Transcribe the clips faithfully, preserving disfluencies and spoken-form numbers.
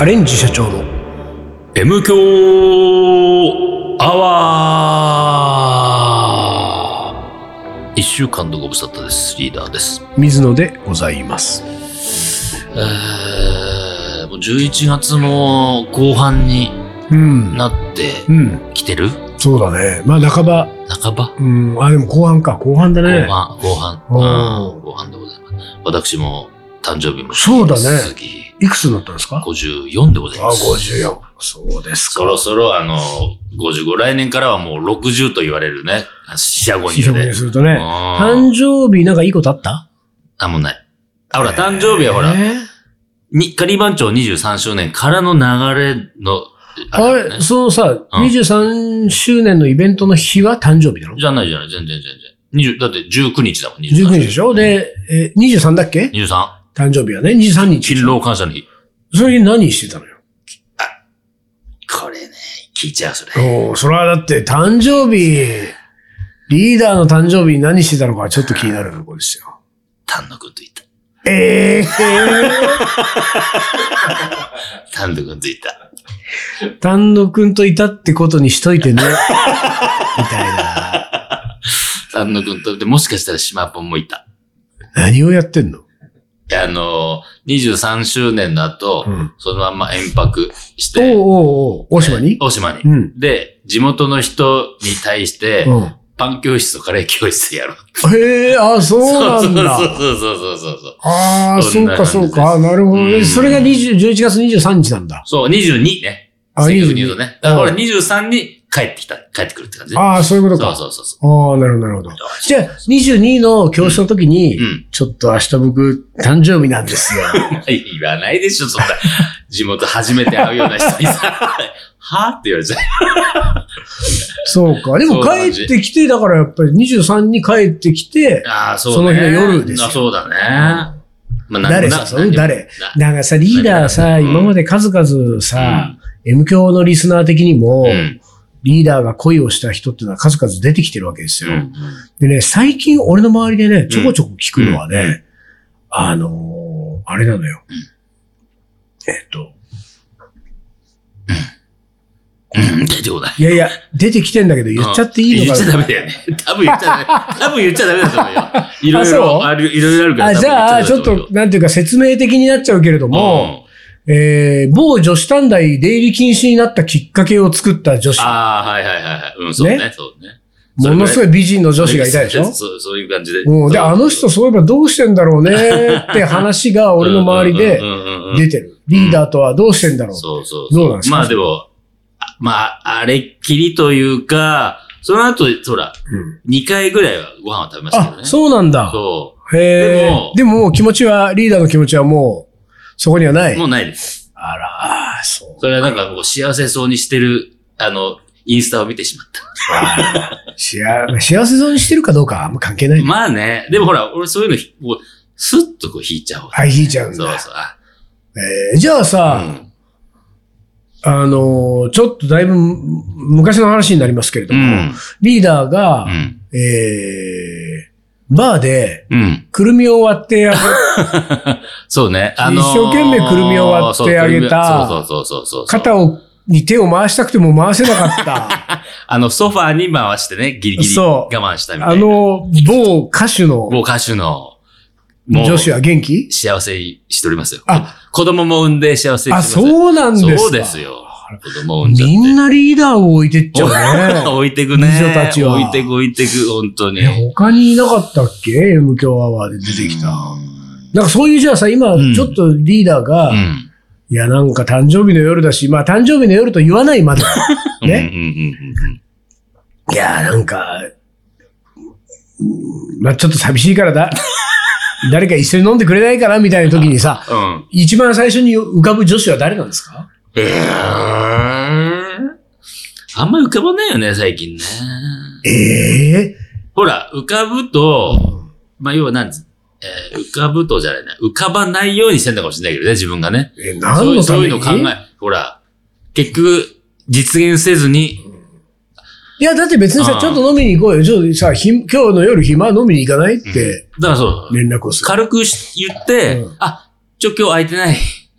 カレンジ社長の M 強アワー。一週間のご無沙汰です。リーダーです。 水野でございます。 えー、もうじゅういちがつも後半になってきてる、 うんうん、そうだね。まあ半ば半ば、 うん、あでも後半か後半だね。 後半後半、うん、後半でございます。私も誕生日もそうだね。いくつになったんですか？ ごじゅうよんでございます。 あ、ごじゅうよん。そうですか。 そろそろあの、ごじゅうご、来年からはもうろくじゅうと言われるね。四捨五入で。四捨五入するとね。誕生日なんかいいことあった？ あ、もうない。あ、ほら、誕生日はほら、に、仮番長にじゅうさんしゅうねんからの流れの、 あれ、ね、そのさ、うん、にじゅうさんしゅうねんのイベントの日は誕生日なの？ じゃないじゃない、全然全然。にじゅう、だってじゅうくにちだもん、 じゅうくにちでしょ、うん、で、え、にじゅうさんだっけ？ にじゅうさん。 誕生日はね、にじゅうさんにち。 勤労感謝の日。 それに何してたのよ？ あ、これね、聞いちゃう、それ。 おー、それはだって、誕生日、リーダーの誕生日に何してたのかちょっと気になるところですよ。 丹野くんと言った。 ええー。 丹野くんと言った。 丹野くんといたってことにしといてね。みたいな。 丹野くんと、でもしかしたら島ポンもいた。 何をやってんの？ あの、にじゅうさんしゅうねんの後、うん、そのまま延泊して。 おうおうおう、大島に？ 大島に、 うん。 で、地元の人に対して、うん、パン教室とカレー教室やろう。 へえ、あ、そうなんだ。 そうそうそうそうそうそう。 ああ、そうかそうか。なるほどね。うん、それがにじゅう、じゅういちがつにじゅうさんにちなんだ。 そう、にじゅうにね。 あ、 正確に言うとね。だから俺にじゅうさんに帰ってきた、帰ってくるって感じ。 ああ、そういうことか。 そうそうそう。 ああ、なるほど、なるほど。じゃあ、にじゅうにの教室の時に、うんうん、ちょっと明日僕、誕生日なんですよ。 言わないでしょ、そんな。地元初めて会うような人にさ、はぁって言われちゃう。 そうか。でも帰ってきて、だからやっぱりにじゅうさんに帰ってきて、 あそうね、 その日の夜ですよ。 あそうだね。 まあ、誰さ、その誰なんかさ、リーダーさ、今まで数々さ、うん、M 教のリスナー的にも、うん、リーダーが恋をした人っていうのは数々出てきてるわけですよ。うんうん、でね、最近俺の周りでね、ちょこちょこ聞くのはね、うんうん、あのー、あれなのよ。うん、えっと、 うん、出てこない。 いやいや、出てきてんだけど言っちゃっていいのかな、 うん、言っちゃダメだよね。多分言っちゃダメ。多分言っちゃダメだと思うよ。いろいろある、いろいろあるから。 あ、じゃあ、ちょっと、なんていうか説明的になっちゃうけれども、うん、えー、某女子短大出入り禁止になったきっかけを作った女子。 ああ、はいはいはい。うん、そうね、ねそうね。 ものすごい美人の女子がいたでしょ？ そう、そういう感じで。 うん、で、あの人そういえばどうしてんだろうねって話が俺の周りで出てる。リーダーとはどうしてんだろう。 そうそう。 どうなんですか？ まあでも、まあ、あれっきりというか、その後、ほら、うん、にかいぐらいはご飯を食べましたけどね。 あ、そうなんだ。 そう。 へえ。でも、もう気持ちは、リーダーの気持ちはもう、そこにはない。 もうないです。 あら、そう。 それはなんかもう幸せそうにしてる、あの、インスタを見てしまった。 幸せそうにしてるかどうかはあんま関係ない。 まあね。でもほら、俺そういうの、もう、スッとこう引いちゃう。 あ、引いちゃうんだ。 そうそう。 えー、じゃあさ、うんあの、ちょっとだいぶ昔の話になりますけれども、うん、リーダーが、うん、えー、バーで、くるみを割ってあげ、うん、 そうね。あのー、 一生懸命くるみを割ってあげた、 そうそうそうそうそう。 肩を、に手を回したくても回せなかった。 あの、ソファーに回してね、ギリギリ我慢したみたいな。 あの、某歌手の、 某歌手の、 女子は元気？ 幸せしておりますよ。あ、子供も産んで幸せしてます。 あ、そうなんですか。 そうですよ。子供を産んじゃって。 みんなリーダーを置いてっちゃうね。 置いてくね。 美女たちは。 置いてく置いてく、本当に。 他にいなかったっけ？ M 強アワーで出てきた。なんかそういうじゃあさ、今、ちょっとリーダーが、うん、いや、なんか誕生日の夜だし、まあ誕生日の夜と言わないまで。ね。いや、なんか、まあちょっと寂しいからだ。誰か一緒に飲んでくれないかなみたいな時にさ、うん、一番最初に浮かぶ女子は誰なんですか？ えー、あんまり浮かばないよね、最近ね。 ええー、 ほら、浮かぶと、まあ、要は何です、えー、浮かぶとじゃないな。浮かばないようにしてんだかもしれないけどね、自分がね。 えー、何のために？ そういうの考え、ほら、結局、実現せずに、 いや、だって別にさ、ちょっと飲みに行こうよ。ちょっとさ、ひ今日の夜暇飲みに行かないって、 うん。だからそう。 連絡をする。 軽く言って、うん、あ、ちょ、今日空いてない。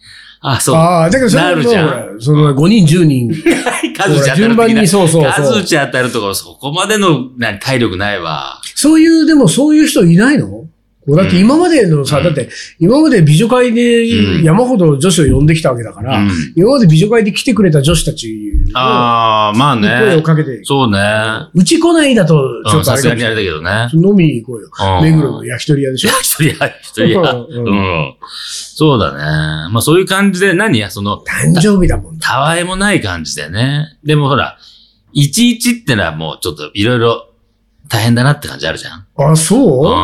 あ、そう。 ああ、だけどそれはもう、そのごにん、じゅうにん。 数打ち当たる的順番に、そうそうそう。 数打ち当たるところ、そこまでの体力ないわ。 そういう、でもそういう人いないの？だって今までのさ、うん、だって今まで美女会で山ほど女子を呼んできたわけだから、うん、今まで美女会で来てくれた女子たちを、 ああ、まあね。 声をかけて。 そうね。 うち来ないだと、ちょっとさすがにあれだけどね。 飲みに行こうよ。目黒の焼き鳥屋でしょ？ 焼き鳥屋、焼き鳥屋。うん。そうだね。まあそういう感じで、何や、その。 誕生日だもんね。 たわいもない感じでね。でもほら、いちいちってのはもうちょっといろいろ、大変だなって感じあるじゃん。 あ、そう、うん、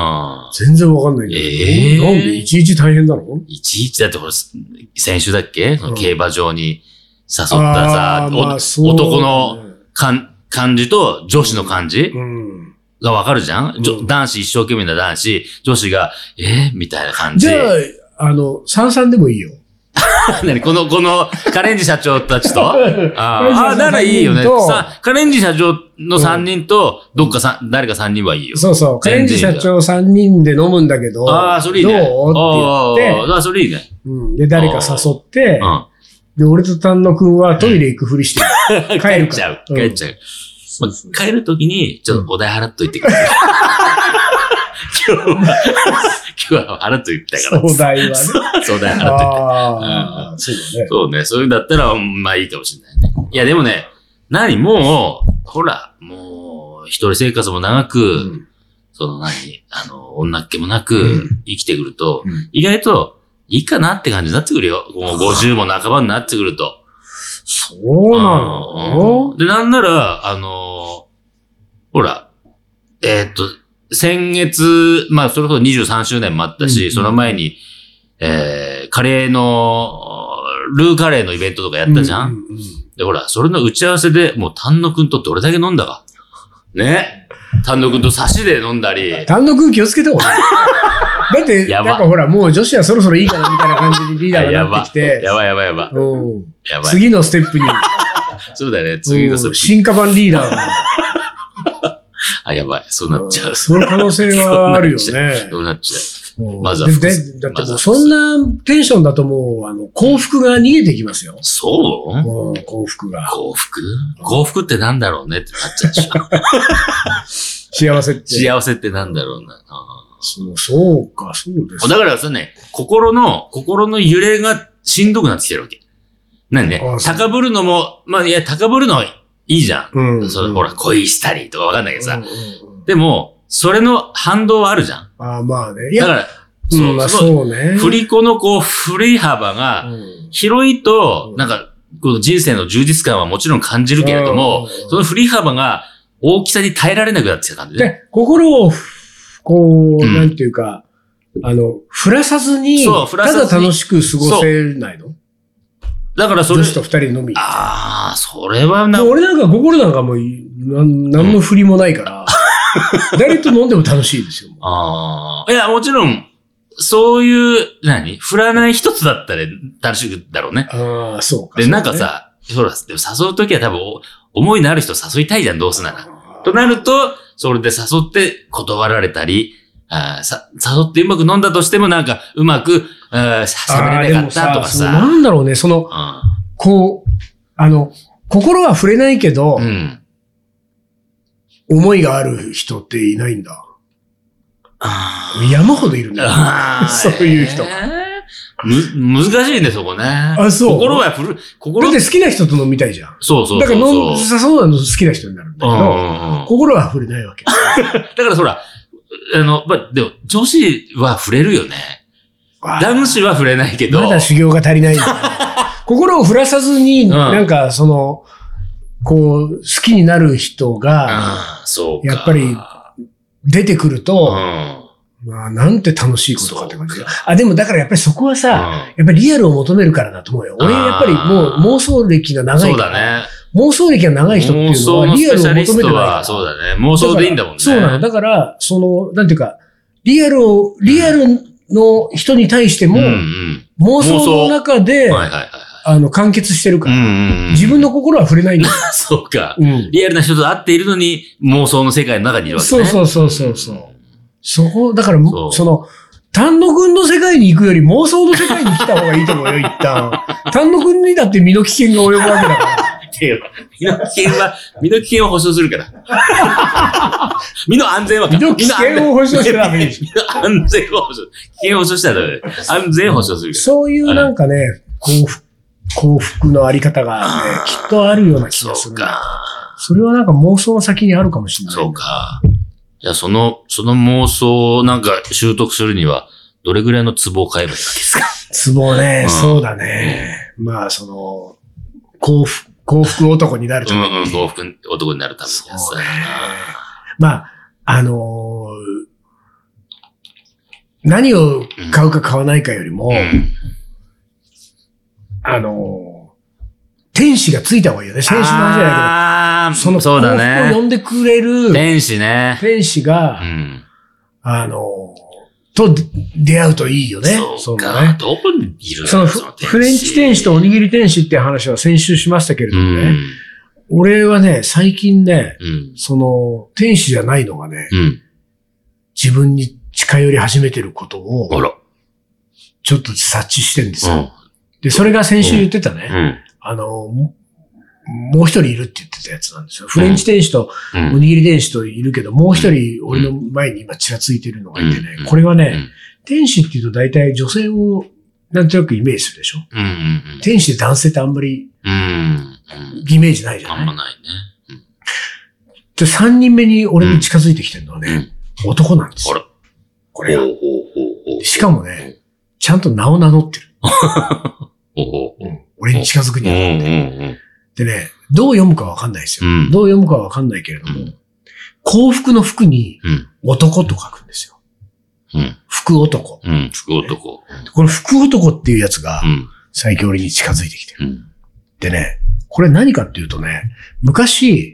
全然わかんないけど。ええー。なんでいちいち大変なの？ いちいちだってほら、先週だっけ、うん、競馬場に誘ったさ、まあ、男のかん感じと女子の感じ、うん、がわかるじゃん、うん、男子一生懸命な男子、女子が、えー、みたいな感じ。 じゃあ、あの、三々でもいいよ。 何この、この、カレンジ社長たちとああ、ならいいよね。さ、カレンジ社長のさんにんと、どっかさ、誰かさんにんはいいよ。 そうそう。カレンジ社長さんにんで飲むんだけど。 ああ、それいいね。 どうって言って。 ああ、それいいね。 うん。で、誰か誘って、で、俺と丹野くんはトイレ行くふりして帰る。帰っちゃう。帰っちゃう。帰るときに、ちょっとお題払っといてくれ。今日は、今日は払っといたから。 相談はね。 相談払っといて。 ああ、そうだね。 そうね。そういうんだったら、まあいいかもしれないね。いや、でもね、何もう、ほら、もう、一人生活も長く、うん、その何、あの、女っ気もなく生きてくると、うん、意外と、いいかなって感じになってくるよ。もうごじゅうも半ばになってくると。 そうなの、 うん、で、なんなら、あの、ほら、えー、っと、先月、まあ、それこそにじゅうさんしゅうねんもあったし、うん、その前に、えー、カレーの、ルーカレーのイベントとかやったじゃん、うんうんうん、で、ほら、それの打ち合わせで、もう丹野くんとどれだけ飲んだか。ね。丹野くんと差しで飲んだり。 丹野くん気をつけてほしい。だって、なんかほら、もう女子はそろそろいいかなみたいな感じにリーダーがなってきて。 やばいやばいやばい。 うん。やばい。次のステップに。 そうだよね、次のステップ。 進化版リーダーが。 あ、やばい。そうなっちゃう。 その可能性はあるよね。 そうなっちゃう。まずは。 だってもうそんなテンションだともう、あの、幸福が逃げてきますよ。 そう、 うん、幸福が。 幸福幸福ってなんだろうねってなっちゃうでしょ。幸せって。 幸せってなんだろうな。 そう、そうか、そうです。 だからさね、心の、心の揺れがしんどくなってきてるわけ。何ね、高ぶるのも、まあいや、高ぶるのはいいじゃん。うん。それほら、恋したりとかわかんないけどさ。うんうんうん、でも、それの反動はあるじゃん。 ああ、まあね。 いやだから、 そう、うん、まあ、そうね。 振り子のこう、振り幅が、広いと、なんか、この人生の充実感はもちろん感じるけれども、その振り幅が大きさに耐えられなくなってきた感じね。 で、心を、こう、うん、なんていうか、あの、振らさずに、そう、振らさずにただ楽しく過ごせないの？ だからそれ。 女子と二人飲み。 ああ、それはな。 俺なんか心なんかもう、なん、なんの振りもないから、うん、誰と飲んでも楽しいですよ。 ああ。いや、もちろん、そういう、何振らない一つだったら楽しいだろうね。 ああ、そうか。 で、なんかさ、ほら、でも誘うときは多分、思いのある人誘いたいじゃん、どうせなら。となると、それで誘って断られたり、あさ誘ってうまく飲んだとしてもなんかうまく喋れなかったとかさ。 なんだろうね、その、うん、こう、あの、心は触れないけど、うん、思いがある人っていないんだ。山ほどいるんだ。そういう人。 む、難しいね、そこね。 あ、そう。 心はふる、心だって好きな人と飲みたいじゃん。 そうそうそうそう。 だから飲ん、誘うの好きな人になるんだけど、うんうん、心は触れないわけ。 だからそら、あの、ま、でも、女子は触れるよね。男子は触れないけど。 まだ修行が足りないんだ、ね。心を振らさずに、なんか、その、こう、好きになる人が、 そうやっぱり、出てくると、うん、まあ、なんて楽しいことかって感じ。あ、でもだからやっぱりそこはさ、うん、やっぱりリアルを求めるからだと思うよ。俺やっぱりもう妄想歴が長いから。そうだね。妄想歴が長い人っていうのはリアルを求めてないから。 そうだね。妄想でいいんだもんね。 そうなの。だから、その、なんていうか、リアルを、リアルの人に対しても、うんうん、妄想の中で、はいはいはい、あの、完結してるから、うんうんうん、自分の心は触れないんだよ。 そうか、うん。リアルな人と会っているのに、妄想の世界の中にいるわけね。 そうそうそうそうそう。そこ、だから、その、 丹野くんの世界に行くより妄想の世界に来た方がいいと思うよ、一旦。丹野くんにだって身の危険が及ぶわけだから。 身の危険は、身の危険を保証するから。身の安全はか。 身の危険を保証してダメでしょ。 身の安全を保証。危険を保証したらダメ。安全を保証するから。 そういうなんかね、幸福、幸福のあり方がね、きっとあるような気がする。そうか。それはなんか妄想の先にあるかもしれない。 そうか。じゃあその、その妄想をなんか習得するには、どれぐらいのツボを買えばいいわけですか？ ツボね、うん、そうだね。まあその、幸福、幸福男になるために。 うんうん、幸福男になるために。そうね。 まあ、あのー、何を買うか買わないかよりも、うん、あのー、天使がついた方がいいよね。天使の話じゃないけど、その幸福を呼んでくれる、 天使ね。 天使が、うん、あのー、と出会うといいよね。 そうか。ね、どこにいるの？ そのフレンチ天使とおにぎり天使っていう話は先週しましたけれどもね。うん、俺はね、最近ね、うん、その天使じゃないのがね、うん、自分に近寄り始めてることを、ちょっと察知してるんですよ。うん、で、それが先週言ってたね、うん、あの、もう一人いるって言ってたやつなんですよ。フレンチ天使とおにぎり天使といるけど、もう一人俺の前に今ちらついてるのがいてね、これはね、天使って言うと大体女性をなんとなくイメージするでしょ。天使で男性ってあんまりイメージないじゃない？ あんまないね。 で、三人目に俺に近づいてきてるのはね、男なんですよ。これが。しかもね、ちゃんと名を名乗ってる。俺に近づくにあたって。でね、どう読むかわかんないですよ。うん、どう読むかわかんないけれども、うん、幸福の福に男と書くんですよ。うん、福男。 うん、福男。 この福男っていうやつが、最近俺に近づいてきてる。うん、でね、これ何かっていうとね、昔、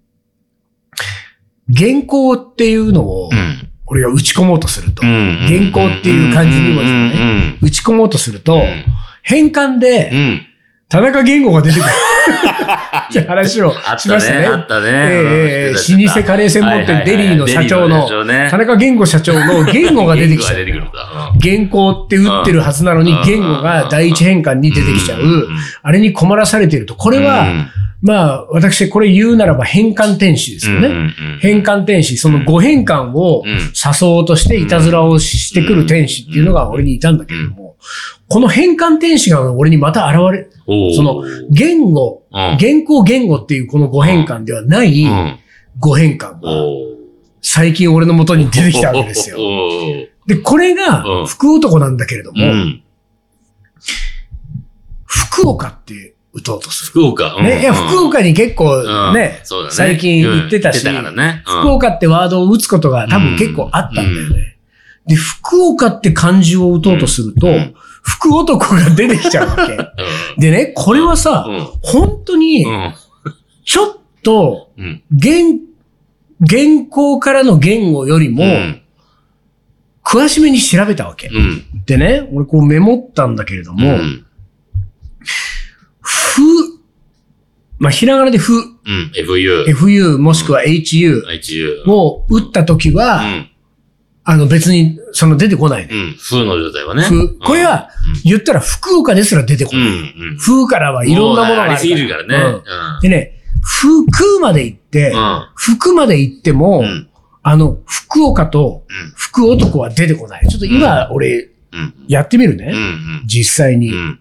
原稿っていうのを、俺が打ち込もうとすると、うん、原稿っていう漢字にもですね、打ち込もうとすると、変換で、田中言語が出てくる。って話をしましたね。 あったね。 えー、老舗カレー専門店デリーの社長の、田中言語社長の言語が出てきちゃう。原稿って打ってるはずなのに言語が第一変換に出てきちゃう。あれに困らされていると。これは、まあ、私、これ言うならば変換天使ですよね。変換天使、その誤変換を誘おうとしていたずらをしてくる天使っていうのが俺にいたんだけれども、この変換天使が俺にまた現れ、その言語、原稿言語っていうこの誤変換ではない誤変換が最近俺の元に出てきたわけですよ。で、これが福男なんだけれども、福岡って打とうとする。 福岡、 ね、いや、福岡に結構ね、最近言ってたし、福岡ってワードを打つことが多分結構あったんだよね。で、福岡って漢字を打とうとすると、福男が出てきちゃうわけ。でね、これはさ、本当に、ちょっと、原、原稿からの言語よりも、詳しめに調べたわけ。でね、俺こうメモったんだけれども、ふ、まあ、ひらがなでふ、 うん、エフユー。 エフユー もしくは エイチユー を打ったときは、うん、あの別にその出てこないね。 うん、ふの状態はね。 ふ。これは、言ったら福岡ですら出てこない。うんうん、ふからはいろんなものがあるから。ありすぎるからね。うんうん、でね、ふくまで行って、うん、福まで行っても、うん、あの、福岡と福男は出てこない。ちょっと今、俺、やってみるね。うんうん、実際に。うん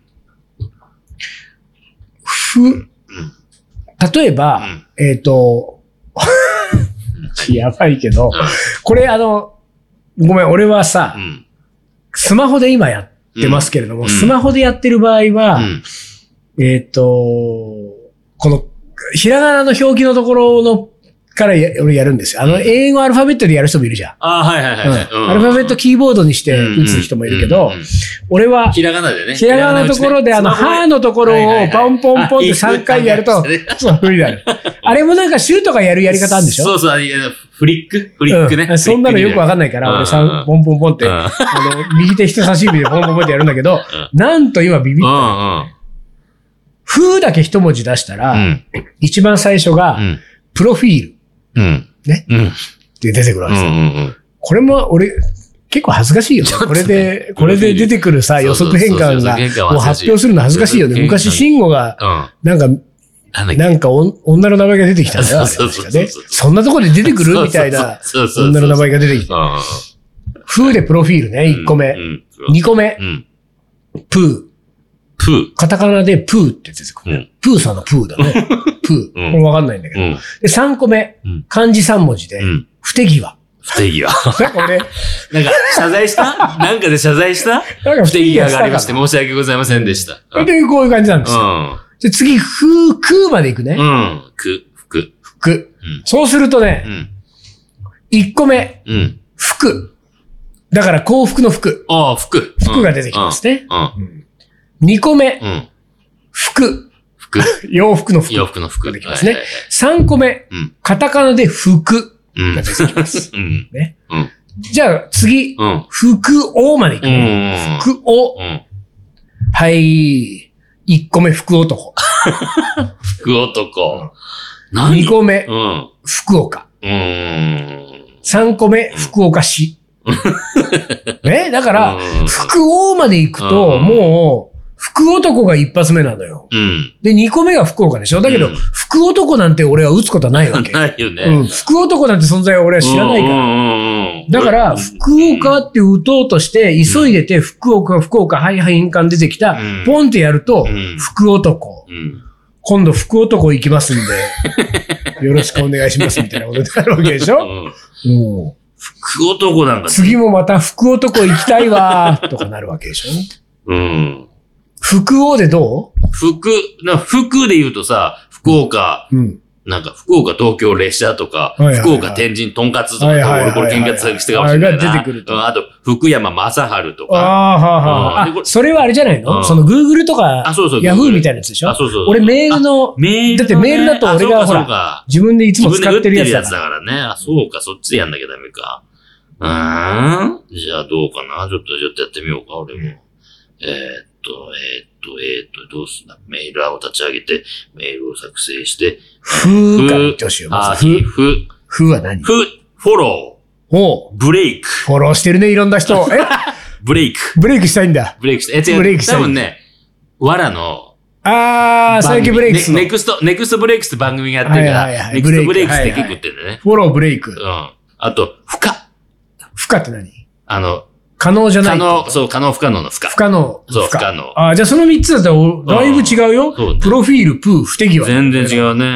ふ、例えば、うん、えっ、ー、と、やばいけど、うん、これあの、ごめん、俺はさ、うん、スマホで今やってますけれども、うん、スマホでやってる場合は、うん、えっ、ー、と、この、ひらがなの表記のところの、からや俺やるんですよ。あの、英語アルファベットでやる人もいるじゃん。 ああ、はいはいはい、 うん。アルファベットキーボードにして打つ人もいるけど、俺は、 ひらがなでね。 ひらがなのところで、あの、はのところをポンポンポンってさんかいやると、そう、無理だね。あれもなんかシュートがやるやり方あるんでしょ？ そうそう、フリックフリックね。 うん、そんなのよくわかんないから、俺さ、ポンポンポンって、あの、右手人差し指でポンポンポンってやるんだけど、なんと今ビビった。ふだけ一文字出したら、一番最初が、プロフィール。ね。って出てくるわけですよ。これも俺、 結構恥ずかしいよね。これで、これで出てくるさ、予測変換が、もう発表するの恥ずかしいよね。昔、慎吾が、なんか、なんか女の名前が出てきたんだよ。そんなところで出てくるみたいな女の名前が出てきた。フーでプロフィールね、いっこめ。にこめ、プー。 プー。 カタカナでプーって出てくる。プーさんのプーだね。プー。これわかんないんだけど。で、さんこめ、漢字さん文字で、不手際。 不手際。 これ、 なんか、謝罪したなんかで謝罪したなんか不手際がありまして申し訳ございませんでした。 これこういう感じなんですよ。で、次、ふ、くまでいくね。 うん。く、ふく。そうするとね、いっこめ、服。だから幸福の服。 ああ、服。 服が出てきますね。にこめ、服。 服。 洋服の服。 洋服の服。 が出てきますね。さんこめ、カタカナで服。が出てきます。ね。じゃあ次、福王までいくね。福王。はい。いっこめ、福男。 福男。 にこめ、福岡。さんこめ、福岡市。ね、だから、福王まで行くと、もう、福男が一発目なのよ。で、にこめが福岡でしょ。だけど、福男なんて俺は打つことはないわけ。 ないよね。 福男なんて存在は俺は知らないから。だから、福岡って打とうとして、急いでて、福岡、福岡、はいはい印鑑出てきた、ポンってやると、福男。今度福男行きますんで、よろしくお願いしますみたいなことになるわけでしょ。もう福男なんか次もまた福男行きたいわーとかなるわけでしょ。 うん。 福王でどう福、な、福で言うとさ、福岡、うん、なんか福岡東京列車とか、はいはいはい、福岡天神とんかつとか、俺これ見学してかもしれないな。 が出てくると。 あと、福山雅治とか。 ああ、はあ、はあ。あ、それはあれじゃないの、うん、その Google とか、 あ、そうそう。 Yahoo みたいなやつでしょ。 あ、そうそう。 俺メールの、 メール、ね、 だってメールだと俺がほら、自分でいつも使ってるやつだから。 自分で打ってるやつだからね。あ、そうか、そっちでやんなきゃダメか。うーんじゃあどうかな。ちょっと、ちょっとやってみようか、俺も。えー、っと、えー、っと、えー、っと、どうすんだ。メールを立ち上げて、メールを作成して。 ふーから言ってほしいよ。 あ、ふ、ふ。 ふは何？ ふ、フォロー。 おブレイク。 フォローしてるね、いろんな人。えブレイク。 ブレイクしたいんだ。 ブレイクしたい。え、違う。ブレイクしたい。多分ね、わらの、 あー、最近ブレイクスの。 ネクスト、ネクストブレイクスって番組やってるから、ネクストブレイクスって結構言ってるんだね。 フォローブレイク。 うん。あと、不可。 不可って何？ あの、 可能じゃない。 可能、そう、可能不可能の不可。 不可能。 そう、不可能。 ああ、じゃあその三つだったら、だいぶ違うよ。そう。プロフィール、プー、不手際。 全然違うね。うん。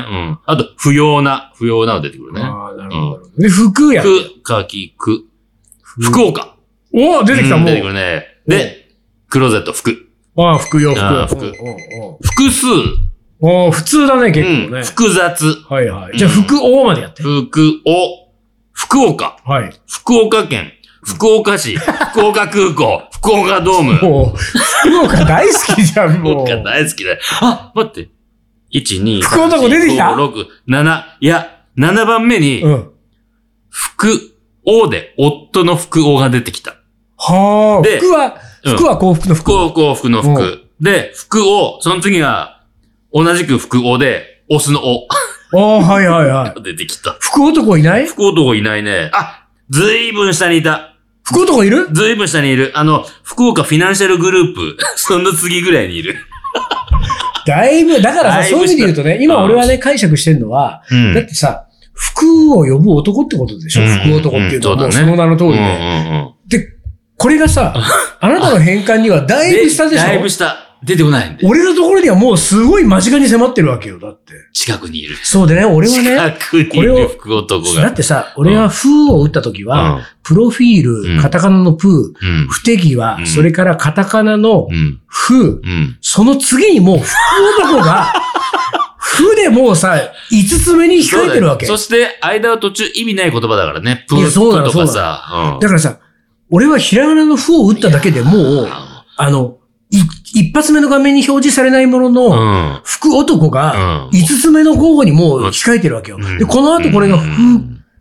あと、不要な、不要なの出てくるね。 ああ、なるほど。で、福や。 福、かき、く。福岡。 おお、出てきたもん。 出てくるね。で、クローゼット、服。 ああ、服用、服。ああ、 服。複数。 おお、普通だね、結構ね。 複雑。 はいはい。じゃあ、福王までやって。 福王。福岡。 はい。 福岡県。福岡市、福岡空港、福岡ドーム。 もう、福岡大好きじゃん、もう。 福岡大好きだよ。あ、待って。いち、に、 福男出てきた ? ご、ろく、なな、いや、ななばんめに、 うん。 福王で夫の福王が出てきた。 はあ。福は、福は幸福の福。 福幸福の福。で、福王、その次が、同じく福王で、オスの王。 ああ、はいはいはい。 出てきた。 福男いない？ 福男いないね。あ、ずいぶん下にいた。 福男いる？ ずいぶん下にいる。あの、福岡フィナンシャルグループ。その次ぐらいにいる。 だいぶ、だからさ、そういう意味で言うとね、今俺はね、解釈してるのは、うん、だってさ、福を呼ぶ男ってことでしょ、うん、福男っていうのは、もうその名の通りで、うんうんうん。で、これがさ、あなたの変換にはだいぶ下でしょ？ だいぶ下。出てこないんで。 俺のところにはもうすごい間近に迫ってるわけよ、だって。 近くにいる。 そうでね、俺はね、 近くにいる福男が。 だってさ、俺は風を打った時は、うん、プロフィール、うん、カタカナのプー、うん、不手際、うん、それからカタカナの風、うん、その次にもう福男が、風でもうさ、五つ目に控えてるわけ。 そ, そして、間は途中意味ない言葉だからね、プーとかさ。 うん、だからさ、俺はひらがなの風を打っただけでもう、あの、一発目の画面に表示されないものの、うん、福男が、五つ目の候補にもう控えてるわけよ。うん、で、この後これが、ふ、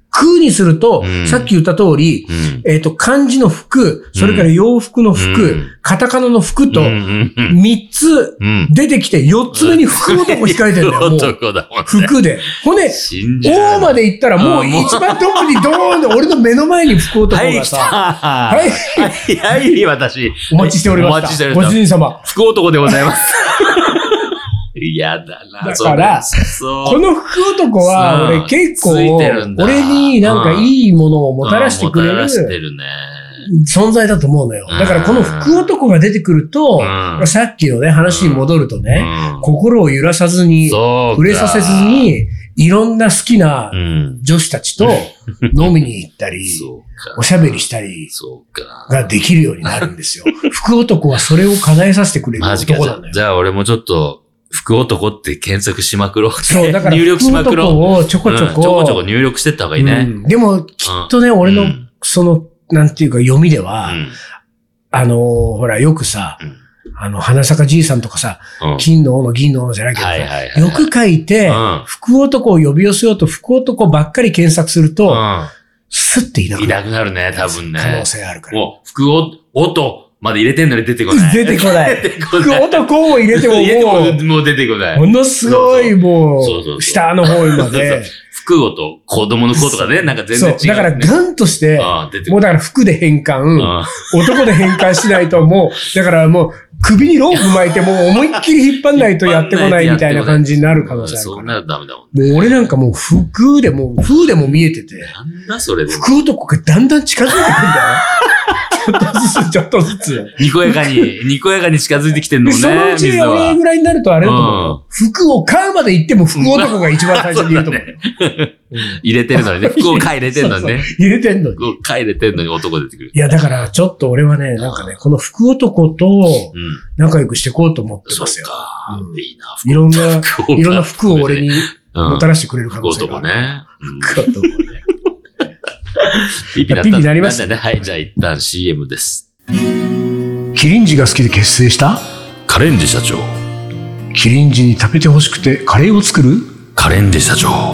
空にすると、 うん、 さっき言った通り、うん、えっと、漢字の服、それから洋服の服、うん、カタカナの服と、みっつ出てきて、よっつ目に福男控えてるんだよ、もう。服で。ほんで、大まで行ったらもう一番トップにドーンで、俺の目の前に福男がさ、 はい、はい、はい、私。 お待ちしておりました。お待ちしておりました。ご主人様。 福男でございます。嫌だな。 だから、この福男は、俺結構、俺になんかいいものをもたらしてくれる存在だと思うのよ。だからこの福男が出てくると、さっきのね、話に戻るとね、心を揺らさずに、触れさせずに、いろんな好きな女子たちと飲みに行ったり、おしゃべりしたりができるようになるんですよ。福男はそれを叶えさせてくれる男なんだよ。 じゃあ俺もちょっと、福男って検索しまくろう。 そう、だから入力しまくろう。 福男をちょこちょこ、 うん、ちょこちょこ入力してった方がいいね。 うん、でも、きっとね、うん、俺の、その、なんていうか読みでは、うん、あのー、ほら、よくさ、うん、あの、花坂じいさんとかさ、うん、金の斧、銀の斧じゃないけど、はいはいはいはい、よく書いて、うん、福男を呼び寄せようと福男ばっかり検索すると、うん、スッていなくなる。 いなくなるね、多分ね。 可能性あるから。 もう、福男、まで入れてんのに出てこない。 出てこない。福男を入れてももう、もう出てこない。 ものすごいもう、下の方まで。 福男、子供の子とかね、なんか全然違う、ね。 そう。だからガンとして、もうだから服で変換、男で変換しないともう、だからもう、首にロープ巻いてもう思いっきり引っ張んないとやってこないみたいな感じになる可能性あるから。 そうなるとダメだもん。もう俺なんかもう服でもう、風でも見えてて。 なんだそれで。 福男がだんだん近づいてくるんだよ。ちょっとずつ、ちょっとずつ。 にこやかに、にこやかに近づいてきてんのね。 そのうち俺ぐらいになるとあれだと思う。服を買うまで行っても福男が一番最初に言うと思う。 入れてるのにね。服を買い入れてんのにね。 入れてんのに。 服を買い入れてんのに男出てくる。 いや、だからちょっと俺はね、なんかね、この福男と仲良くしていこうと思ってますよ。 そうか。いいな。 いろんな、いろんな服を俺にもたらしてくれる可能性がある。 福男ね。 福男ね。 ピピになりましたね。はい、じゃあ一旦 シーエム です。 キリンジが好きで結成したカレンジ社長。 キリンジに食べてほしくてカレーを作るカレンジ社長。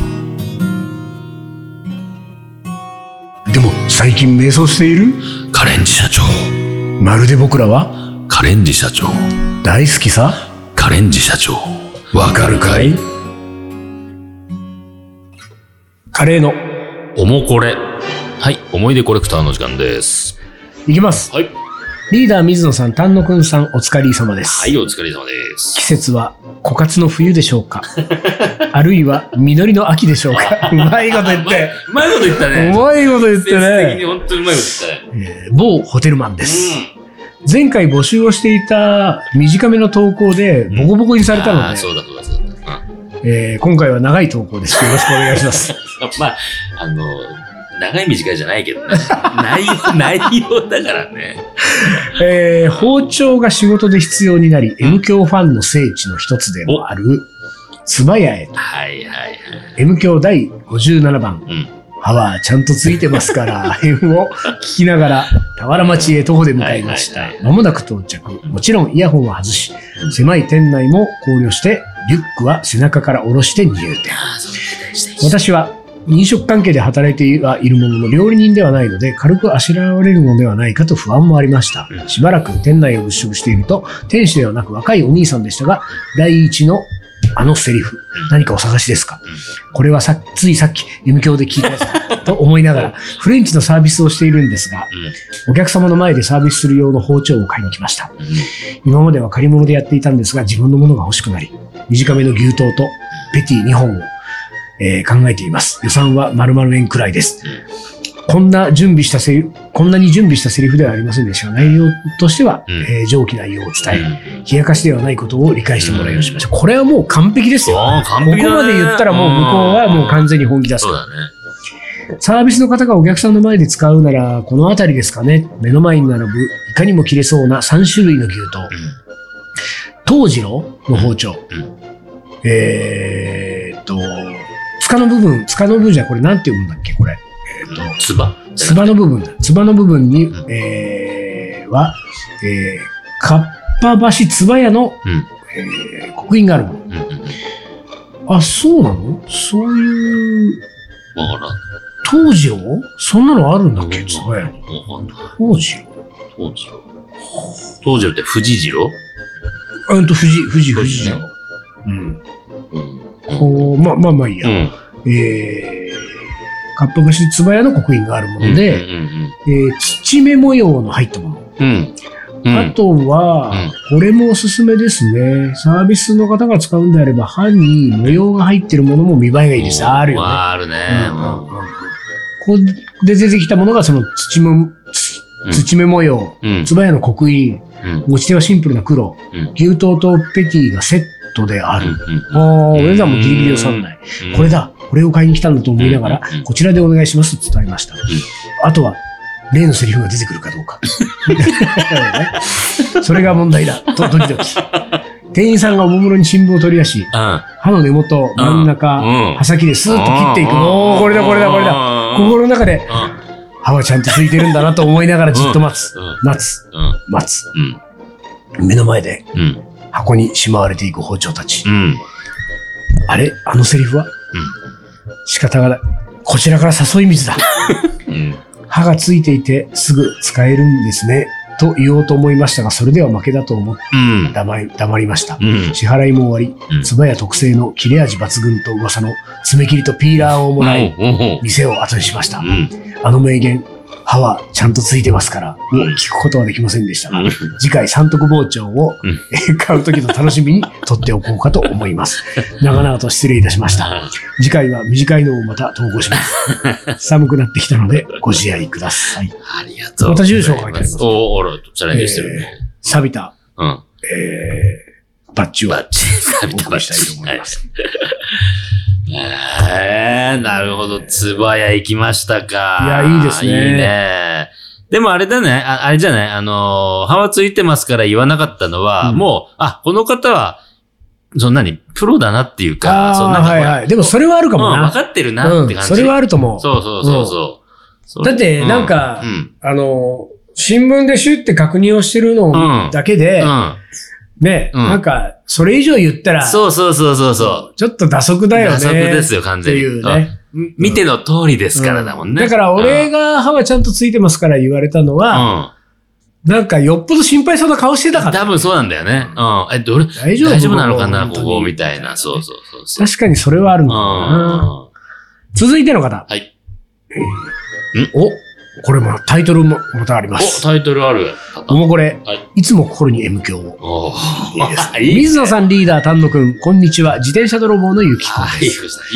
でも最近迷走しているカレンジ社長。 まるで僕らはカレンジ社長。 大好きさカレンジ社長。わかるかい？ カレーのおもこれ。はい、思い出コレクターの時間です。 いきます。 はい。 リーダー水野さん、丹野くんさん、お疲れ様です。 はい、お疲れ様です。 季節は枯渇の冬でしょうかあるいは実りの秋でしょうかうまいこと言って。 うまいこと言ったね。 うまいこと言ってね。季節的に本当にうまいこと言ったね。 えー、某ホテルマンです。うん、前回募集をしていた短めの投稿でボコボコにされたので、うん、あ、 そうだそうだそうだ。 うん、えー、今回は長い投稿です。よろしくお願いします。 まあ、あの、長い短いじゃないけどね。内容、内容だからね。 えー、包丁が仕事で必要になり、M 響ファンの聖地の一つでもある、つばやへと。 はいはいはい。 M 響だいごじゅうななばん。うん、パワーちゃんとついてますから、編を聞きながら、田原町へ徒歩で向かいました。まもなく到着。もちろんイヤホンは外し、狭い店内も考慮して、リュックは背中から下ろして入店。私は、飲食関係で働いてはいるものの料理人ではないので軽くあしらわれるのではないかと不安もありました。しばらく店内を物色していると店主ではなく若いお兄さんでしたが第一のあのセリフ何かお探しですか？これはさついさっき M 響で聞いたやつだと思いながらフレンチのサービスをしているんですがお客様の前でサービスする用の包丁を買いに来ました。今までは借り物でやっていたんですが自分のものが欲しくなり短めの牛刀とペティにほんをえー、考えています。予算は〇〇円くらいです。うん、こんな準備したセリフ、こんなに準備したセリフではありませんでしたが、内容としては、うんえー、上気内容を伝え、うん、冷やかしではないことを理解してもらいをしました。うん、これはもう完璧ですよ。 完璧だね、 ここまで言ったらもう向こうはもう完全に本気出す。 そうだね。 サービスの方がお客さんの前で使うなら、このあたりですかね。目の前に並ぶ、いかにも切れそうなさん種類の牛刀。うん、東次郎の包丁。うん、えーっと、塚の部分、塚の部分じゃこれなんて読むんだっけこれ。 えー、とつばつばの部分だ。つばの部分に、うん、えー、は、えー、かっぱ橋つば屋の、うんえー、刻印があるもの、うんうん。あ、そうなのそういう。 わからん。 東次郎そんなのあるんだっけ？つばやに。東次郎東次郎。東次郎って藤次郎？ うんと、藤、藤、藤次郎。うん。こう、まあまあまあいいや。うん、えー、かっぱ橋つばやの刻印があるもので、うんうんうんうん、えー、土目模様の入ったもの。うんうん、あとは、うん、これもおすすめですね。サービスの方が使うんであれば、刃に模様が入ってるものも見栄えがいいです。あるよね。 あるね。うんうんうん、 ここで出てきたものがその土目、土目模様、つばやの刻印、うん、持ち手はシンプルな黒、うん、牛刀とペティがセットである。うん、ああ、お値段もギリギリ予算内。これだ、これを買いに来たんだと思いながら、こちらでお願いしますと伝えました。あとは、例のセリフが出てくるかどうか。それが問題だ、とドキドキ。店員さんがおもむろに新聞を取り出し、刃の根元、真ん中、刃先でスーッと切っていく。おー、これだ、これだ、これだ。心の中で、刃はちゃんとついてるんだなと思いながらじっと待つ。待つ。待つ。目の前で、箱にしまわれていく包丁たち。あれあのセリフは、仕方がない。こちらから誘い水だ。刃がついていてすぐ使えるんですね。と言おうと思いましたが、それでは負けだと思って黙り、黙りました。支払いも終わり、つばや特製の切れ味抜群と噂の爪切りとピーラーをもらい、店を後にしました。あの名言、刃はちゃんとついてますから、を聞くことはできませんでしたが、次回三徳包丁を買う時の楽しみに取っておこうかと思います。長々と失礼いたしました。次回は短いのをまた投稿します。寒くなってきたのでご自愛ください。 ありがとう。 また住所を書いてあります。 おー、あら、チャレンジしてるね。 錆びた、 うん、 えー、バッジをバッジ錆びたバッジしたいと思います。 えー、なるほど。つばや行きましたか。 いや、いいですね。 いいね。でもあれだね、あ, あれじゃないあの、刃はついてますから言わなかったのは、うん、もう、あ、この方は、そんなにプロだなっていうか、 そんなはいはい。でもそれはあるかもな。 うん、分かってるなって感じ、 うん。それはあると思う。 そうそうそうそう。 うん、だって、なんか、うん、あの、新聞でシュって確認をしてるのだけで、うんうんね、うん、なんか、それ以上言ったら、 そうそうそうそうそう。 ちょっと打足だよね。 打足ですよ、完全に。 っていうね。 見ての通りですからだもんね。 うん、だから俺が歯はちゃんとついてますから言われたのは、うん、なんかよっぽど心配そうな顔してたから。 多分そうなんだよね。うん。え、どれ、大丈夫大丈夫なのかな、ここ、みたいな。そうそうそうそう。 確かにそれはあるのかな。続いての方。 はい。んおこれもタイトルもまたあります。 お、タイトルある。 おもこれ、はい、いつも心に M 響を。いいです。いい水野さんリーダー丹野くん、こんにちは。自転車泥棒のゆきこです。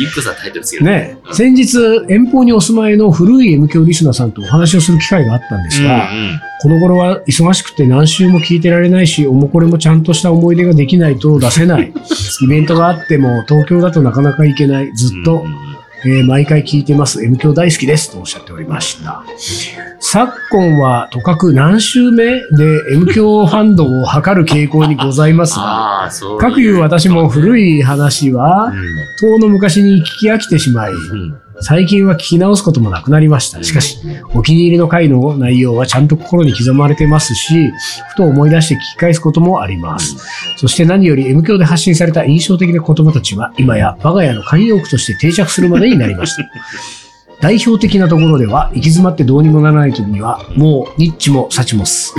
いくさタイトルつけるね。うん、先日、遠方にお住まいの古い M 響リスナーさんとお話をする機会があったんですが、うんうん、この頃は忙しくて何週も聞いてられないし、おもこれもちゃんとした思い出ができないと出せない。イベントがあっても東京だとなかなか行けない。ずっと、うんうんえー、毎回聞いてます。M 響大好きですとおっしゃっておりました。昨今はとかく何週目で M 響ファンドを測る傾向にございますが、かくいう私も古い話は、遠の昔に聞き飽きてしまい、最近は聞き直すこともなくなりました。しかし、お気に入りの回の内容はちゃんと心に刻まれてますし、ふと思い出して聞き返すこともあります。そして何より M 響で発信された印象的な言葉たちは、今や我が家の慣用句として定着するまでになりました。代表的なところでは、行き詰まってどうにもならない時には、もうニッチもサチモス。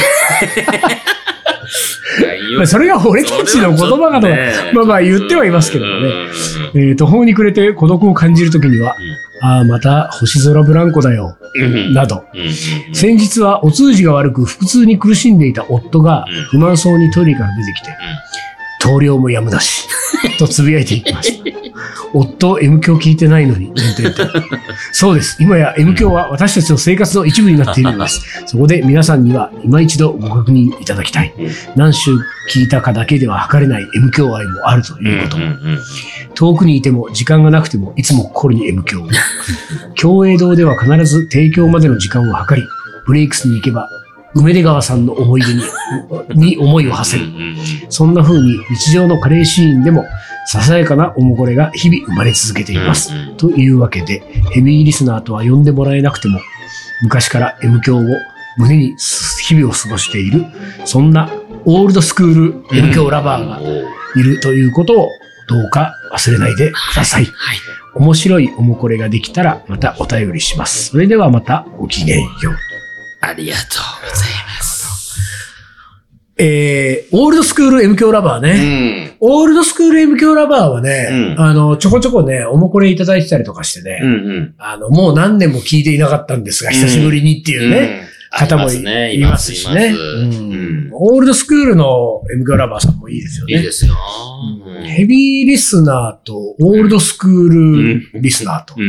それが俺たちの言葉かと、まあまあ言ってはいますけどもね。えっと、法に暮れて孤独を感じるときには、ああ、また星空ブランコだよ、など。先日はお通じが悪く腹痛に苦しんでいた夫が不満そうにトイレから出てきて、棟梁もやむなし、とつぶやいていきました。夫、M 響聞いてないのに。そうです。今や M 響は私たちの生活の一部になっているのです。そこで皆さんには今一度ご確認いただきたい。何週聞いたかだけでは測れない M 響愛もあるということ。遠くにいても時間がなくてもいつも心に M 響を。共栄堂では必ず提供までの時間を測り、ブレイクスに行けば梅出川さんの思い出に、に思いを馳せる。そんな風に日常のカレーシーンでもささやかなおもこれが日々生まれ続けています。うんうん、というわけで、ヘビーリスナーとは呼んでもらえなくても、昔から M 響を胸に日々を過ごしている、そんなオールドスクール M 響ラバーがいるということをどうか忘れないでください。はい、 面白いおもこれができたらまたお便りします。それではまたごきげんよう。 ありがとうございます。 えー、オールドスクール エム 響ラバーね。うん、オールドスクール エム 響ラバーはね、うん、あの、ちょこちょこね、おもこれいただいてたりとかしてね、うんうん、あの、もう何年も聞いていなかったんですが、久しぶりにっていうね、うんうん方もいますしね。オールドスクールの エム 響ラバーさんもいいですよね。 いいですよ。 うん、ヘビーリスナーとオールドスクールリスナーと。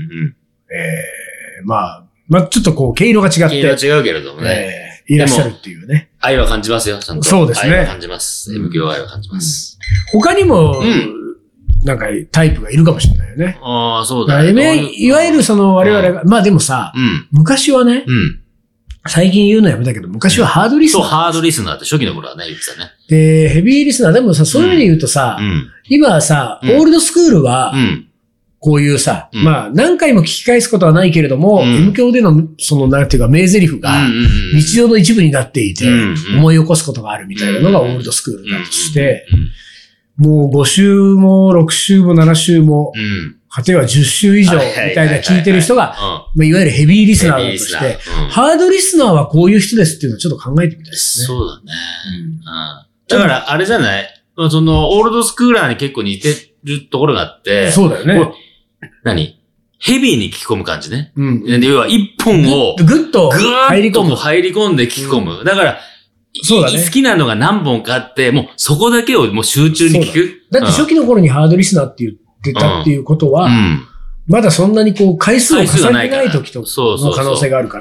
まあ、まあちょっとこう、毛色が違って。毛色は違うけれどもね。 えー、いらっしゃるっていうね。 愛は感じますよ、ちゃんと。 そうですね。 愛は感じます。エム 響愛は感じます。 うん、他にも、うんなんかタイプがいるかもしれないよね。 ああ、そうだね。 いわゆるその我々が、まあでもさ、うん、昔はね、うん最近言うのやめたけど、昔はハードリスナー、 うん。そう、ハードリスナーって初期の頃はね、言ってたね。 で、ヘビーリスナー、でもさ、そういう意味で言うとさ、うん、今はさ、うん、オールドスクールは、うん、こういうさ、うん、まあ、何回も聞き返すことはないけれども、うん、M 響での、その、なんていうか、名台詞が、日常の一部になっていて、うんうん、思い起こすことがあるみたいなのがオールドスクールだとして、もうご週もろく週もなな週も、うん果てはじゅっ週以上みたいな聞いてる人が、いわゆるヘビーリスナーだとして、うん、ハードリスナーはこういう人ですっていうのをちょっと考えてみたいですね。 そうだね。うん、だから、あれじゃないその、オールドスクーラーに結構似てるところがあって、 そうだよね。 何ヘビーに聞き込む感じね。うん、要は一本を、 ぐっと入り込む。 入り込んで聞き込む。うん、だから、そうだね。好きなのが何本かあって、もうそこだけをもう集中に聞く。 だ, だって初期の頃にハードリスナーって言って、出たっていうことは、うん、まだそんなにこう回数を重ねてない時との可能性があるから、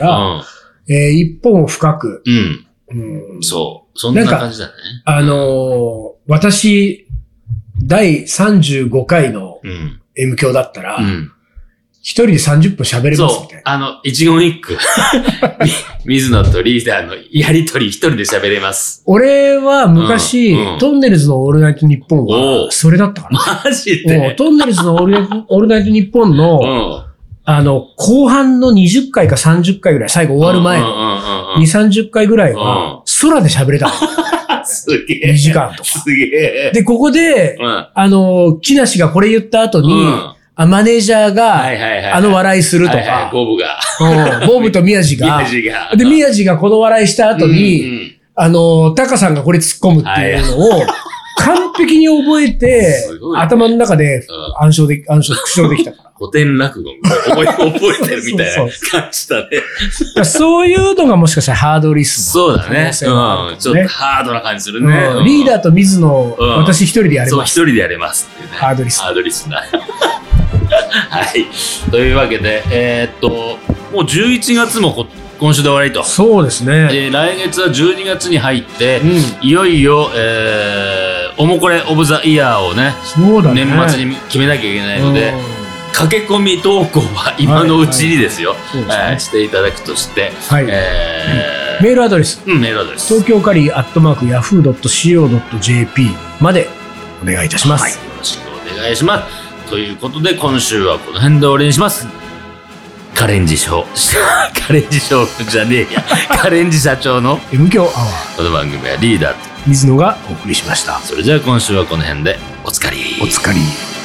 えー、一本を深く、 うんうん、そう。そんな感じだね。 あのー、私、だいさんじゅうごかいの M 響だったら、うん一人でさんじゅっぷん喋れますみたいな。 あの、一言一句。水野とリーダーのやりとり一人で喋れます。 俺は昔、うんうん、トンネルズのオールナイトニッポンは、それだったから。 マジでトンネルズのオールナイト、オールナイトニッポンの、うん、あの、後半のにじゅっかいかさんじゅっかいぐらい、最後終わる前の、にじゅう、さんじゅっかいぐらいは、空で喋れた。 すげえ。 にじかんとか。 すげえ。 で、ここで、うん、あの、木梨がこれ言った後に、うんマネージャーが、あの笑いするとか、はいはいはい、 ボブが。 うん、ボブと宮地が。 宮地が。 で、宮地がこの笑いした後に、うんうん、あの、タカさんがこれ突っ込むっていうのを、完璧に覚えて、頭の中で暗唱で、暗唱、復唱できたから。 古典落語覚え、覚えてるみたいな感じだね。 そういうのがもしかしたらハードリスナー、ね。そうだね。うん。ちょっとハードな感じするね。 うん、リーダーと水野、うん、私一人でやれます。そう、 一人でやれますっていうね。 ハードリスナー。 ハードリスナー。はい。というわけで、えー、っと、もうじゅういちがつもこ今週で終わりと。 そうですね。 で、来月はじゅうにがつに入って、うん、いよいよ、えー、おもこれオブザイヤーをね、 そうだね年末に決めなきゃいけないので、駆け込み投稿は今のうちにですよ、はいはい、えー、していただくとして、 はいえーうん、メールアドレス、 うん、メールアドレス東京カリーアットマークヤフー ドットシーオー ドット ジェーピー までお願いいたします、はい、よろしくお願いします。ということで今週はこの辺で終わりにします。カレンジ賞カレンジ賞じゃねえやカレンジ社長の M 響アワー。 この番組はリーダーと水野がお送りしました。 それじゃあ今週はこの辺でおつかりおつかり。